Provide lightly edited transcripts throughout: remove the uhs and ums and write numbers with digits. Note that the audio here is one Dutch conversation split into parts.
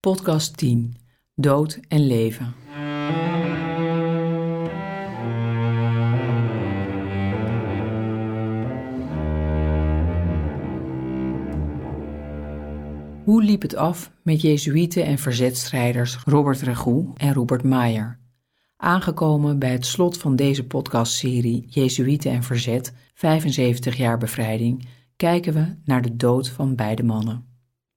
Podcast 10. Dood en leven. Hoe liep het af met Jezuïeten en verzetstrijders Robert Regoe en Rupert Mayer? Aangekomen bij het slot van deze podcastserie Jezuïeten en verzet, 75 jaar bevrijding, kijken we naar de dood van beide mannen.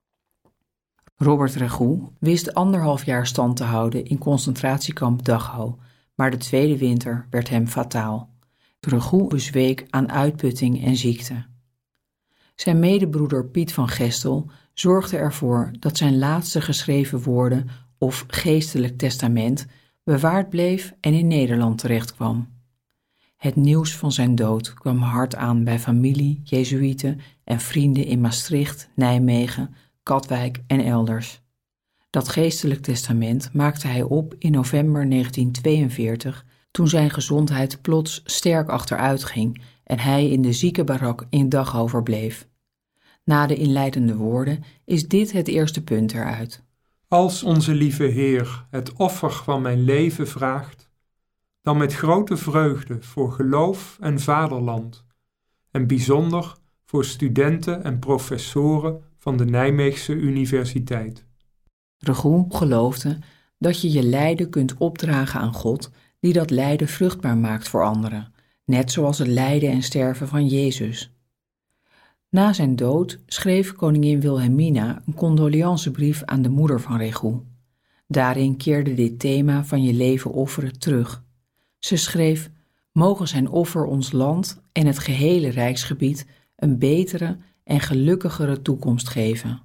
Robert Regoe wist 1,5 jaar stand te houden in concentratiekamp Dachau, maar de tweede winter werd hem fataal. Regoe bezweek aan uitputting en ziekte. Zijn medebroeder Piet van Gestel zorgde ervoor dat zijn laatste geschreven woorden of geestelijk testament bewaard bleef en in Nederland terechtkwam. Het nieuws van zijn dood kwam hard aan bij familie, Jezuïeten en vrienden in Maastricht, Nijmegen, Katwijk en elders. Dat geestelijk testament maakte hij op in november 1942, toen zijn gezondheid plots sterk achteruit ging en hij in de ziekenbarak in Dachau verbleef. Na de inleidende woorden is dit het eerste punt eruit. Als onze lieve Heer het offer van mijn leven vraagt, dan met grote vreugde voor geloof en vaderland, en bijzonder voor studenten en professoren van de Nijmeegse Universiteit. Regoe geloofde dat je je lijden kunt opdragen aan God, die dat lijden vruchtbaar maakt voor anderen, net zoals het lijden en sterven van Jezus. Na zijn dood schreef koningin Wilhelmina een condoleancebrief aan de moeder van Regoe. Daarin keerde dit thema van je leven offeren terug. Ze schreef: mogen zijn offer ons land en het gehele rijksgebied een betere en gelukkigere toekomst geven.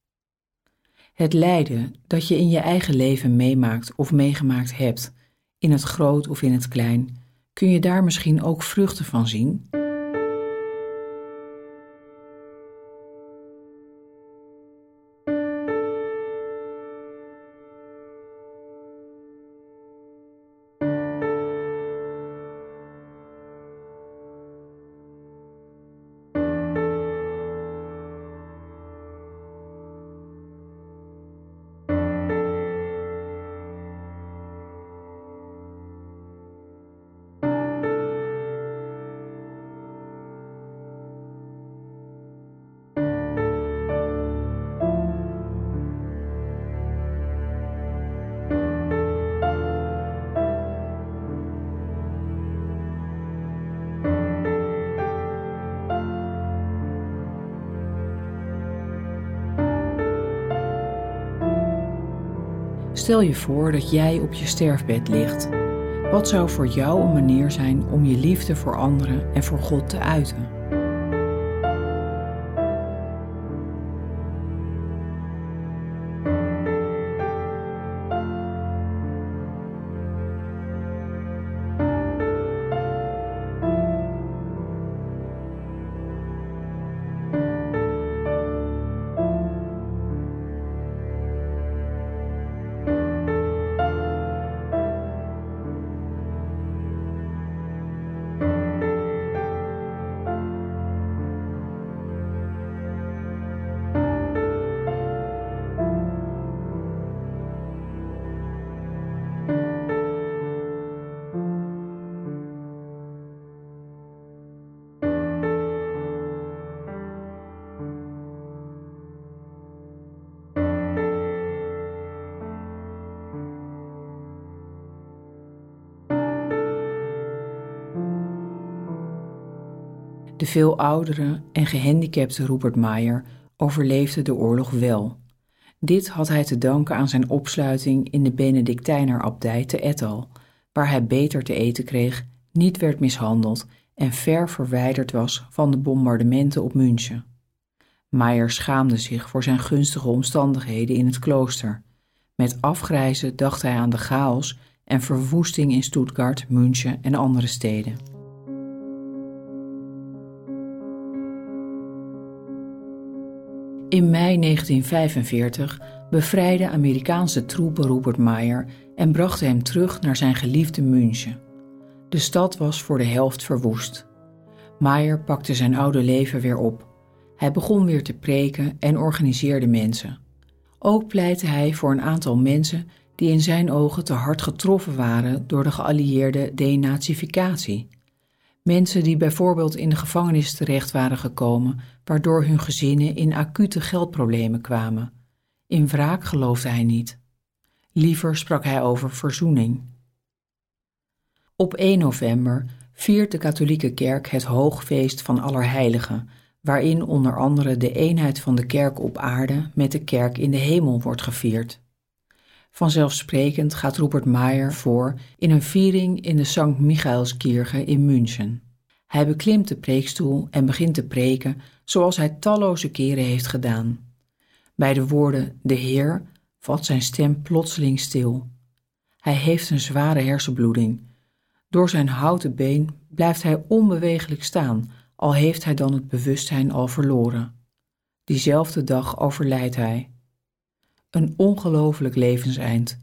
Het lijden dat je in je eigen leven meemaakt of meegemaakt hebt, in het groot of in het klein, kun je daar misschien ook vruchten van zien? Stel je voor dat jij op je sterfbed ligt. Wat zou voor jou een manier zijn om je liefde voor anderen en voor God te uiten? De veel oudere en gehandicapte Rupert Mayer overleefde de oorlog wel. Dit had hij te danken aan zijn opsluiting in de Benedictijnerabdij te Ettal, waar hij beter te eten kreeg, niet werd mishandeld en ver verwijderd was van de bombardementen op München. Mayer schaamde zich voor zijn gunstige omstandigheden in het klooster. Met afgrijzen dacht hij aan de chaos en verwoesting in Stuttgart, München en andere steden. In mei 1945 bevrijdden Amerikaanse troepen Rupert Mayer en brachten hem terug naar zijn geliefde München. De stad was voor de helft verwoest. Mayer pakte zijn oude leven weer op. Hij begon weer te preken en organiseerde mensen. Ook pleitte hij voor een aantal mensen die in zijn ogen te hard getroffen waren door de geallieerde denazificatie. Mensen die bijvoorbeeld in de gevangenis terecht waren gekomen, waardoor hun gezinnen in acute geldproblemen kwamen. In wraak geloofde hij niet. Liever sprak hij over verzoening. Op 1 november viert de katholieke kerk het hoogfeest van Allerheiligen, waarin onder andere de eenheid van de kerk op aarde met de kerk in de hemel wordt gevierd. Vanzelfsprekend gaat Rupert Mayer voor in een viering in de Sankt Michaelskirche in München. Hij beklimt de preekstoel en begint te preken zoals hij talloze keren heeft gedaan. Bij de woorden "de Heer" valt zijn stem plotseling stil. Hij heeft een zware hersenbloeding. Door zijn houten been blijft hij onbeweeglijk staan, al heeft hij dan het bewustzijn al verloren. Diezelfde dag overlijdt hij. Een ongelooflijk levenseind.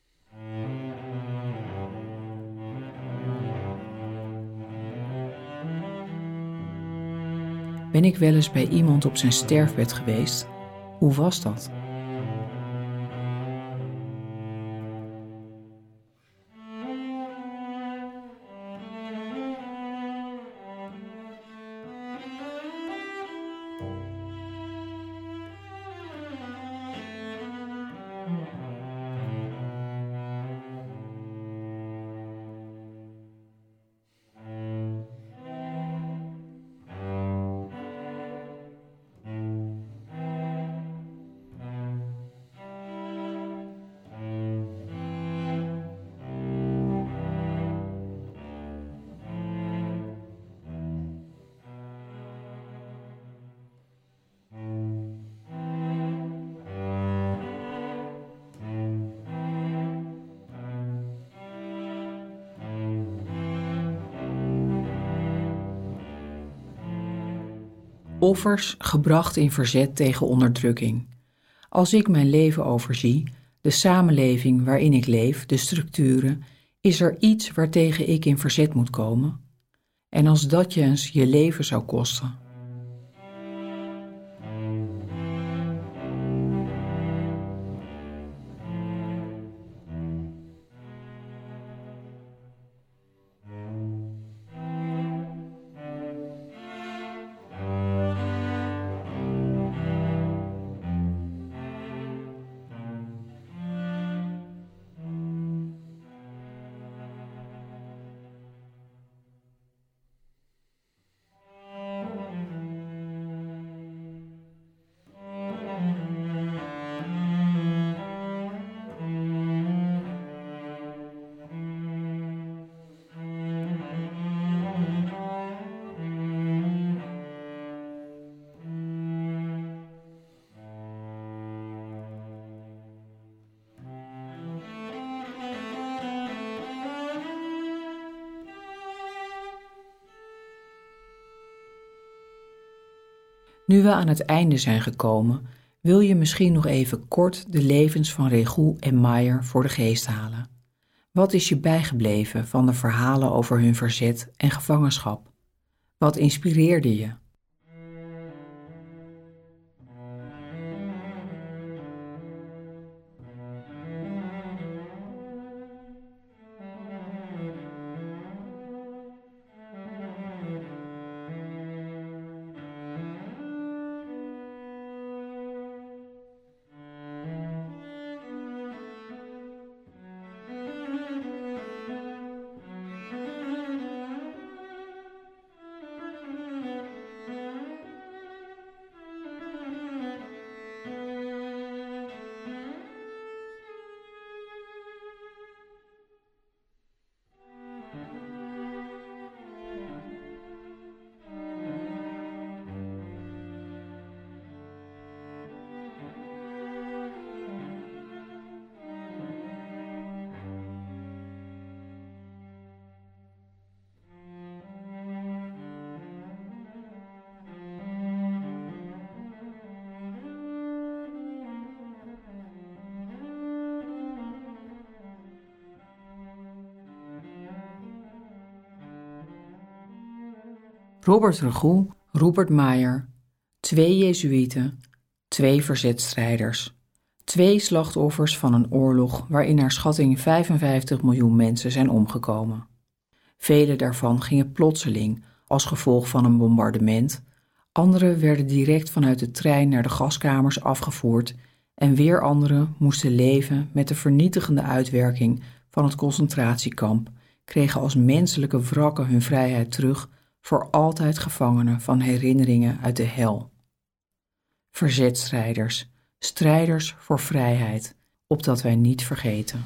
Ben ik wel eens bij iemand op zijn sterfbed geweest? Hoe was dat? Offers gebracht in verzet tegen onderdrukking. Als ik mijn leven overzie, de samenleving waarin ik leef, de structuren, is er iets waartegen ik in verzet moet komen? En als dat je eens je leven zou kosten? Nu we aan het einde zijn gekomen, wil je misschien nog even kort de levens van Regoe en Mayer voor de geest halen. Wat is je bijgebleven van de verhalen over hun verzet en gevangenschap? Wat inspireerde je? Robert Regoe, Rupert Mayer, 2 Jezuïeten, 2 verzetstrijders, 2 slachtoffers van een oorlog waarin naar schatting 55 miljoen mensen zijn omgekomen. Vele daarvan gingen plotseling als gevolg van een bombardement, andere werden direct vanuit de trein naar de gaskamers afgevoerd en weer anderen moesten leven met de vernietigende uitwerking van het concentratiekamp, kregen als menselijke wrakken hun vrijheid terug, voor altijd gevangenen van herinneringen uit de hel. Verzetstrijders, strijders voor vrijheid, opdat wij niet vergeten.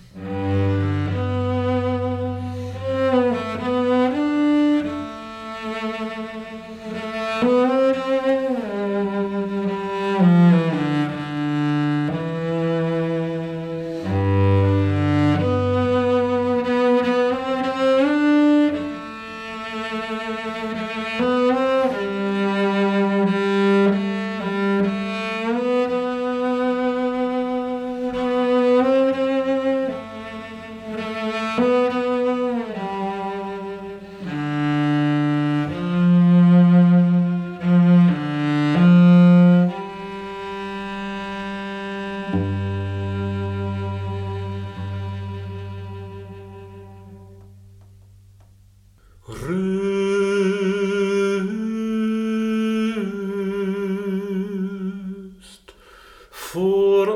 Rust voor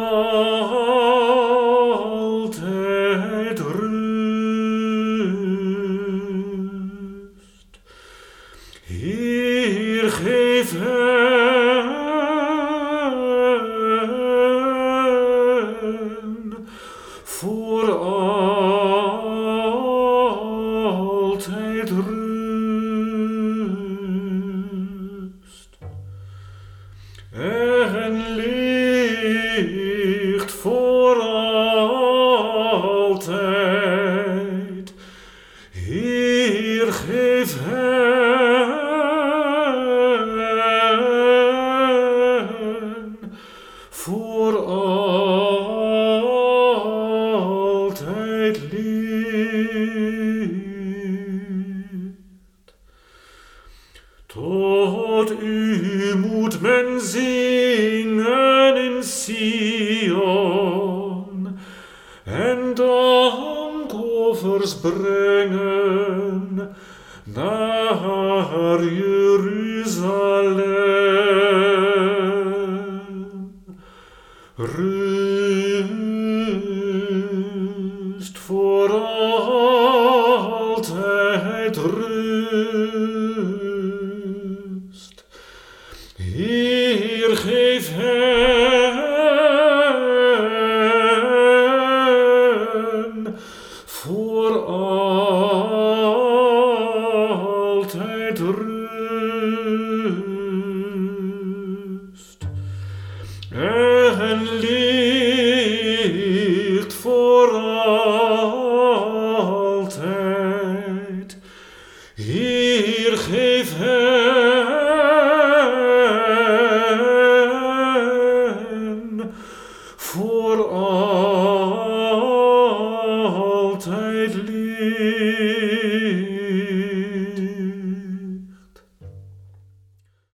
altijd rust. Heer, geef hen voor altijd rust. En licht voor altijd. Heer, geef hen voor altijd licht. Tot u moet men zingen in Sion en dankoffers brengen naar Jeruzalem. Rust voor altijd rust. Heer, geef hen voor altijd rust. En licht voor altijd. Heer, geef hen voor altijd.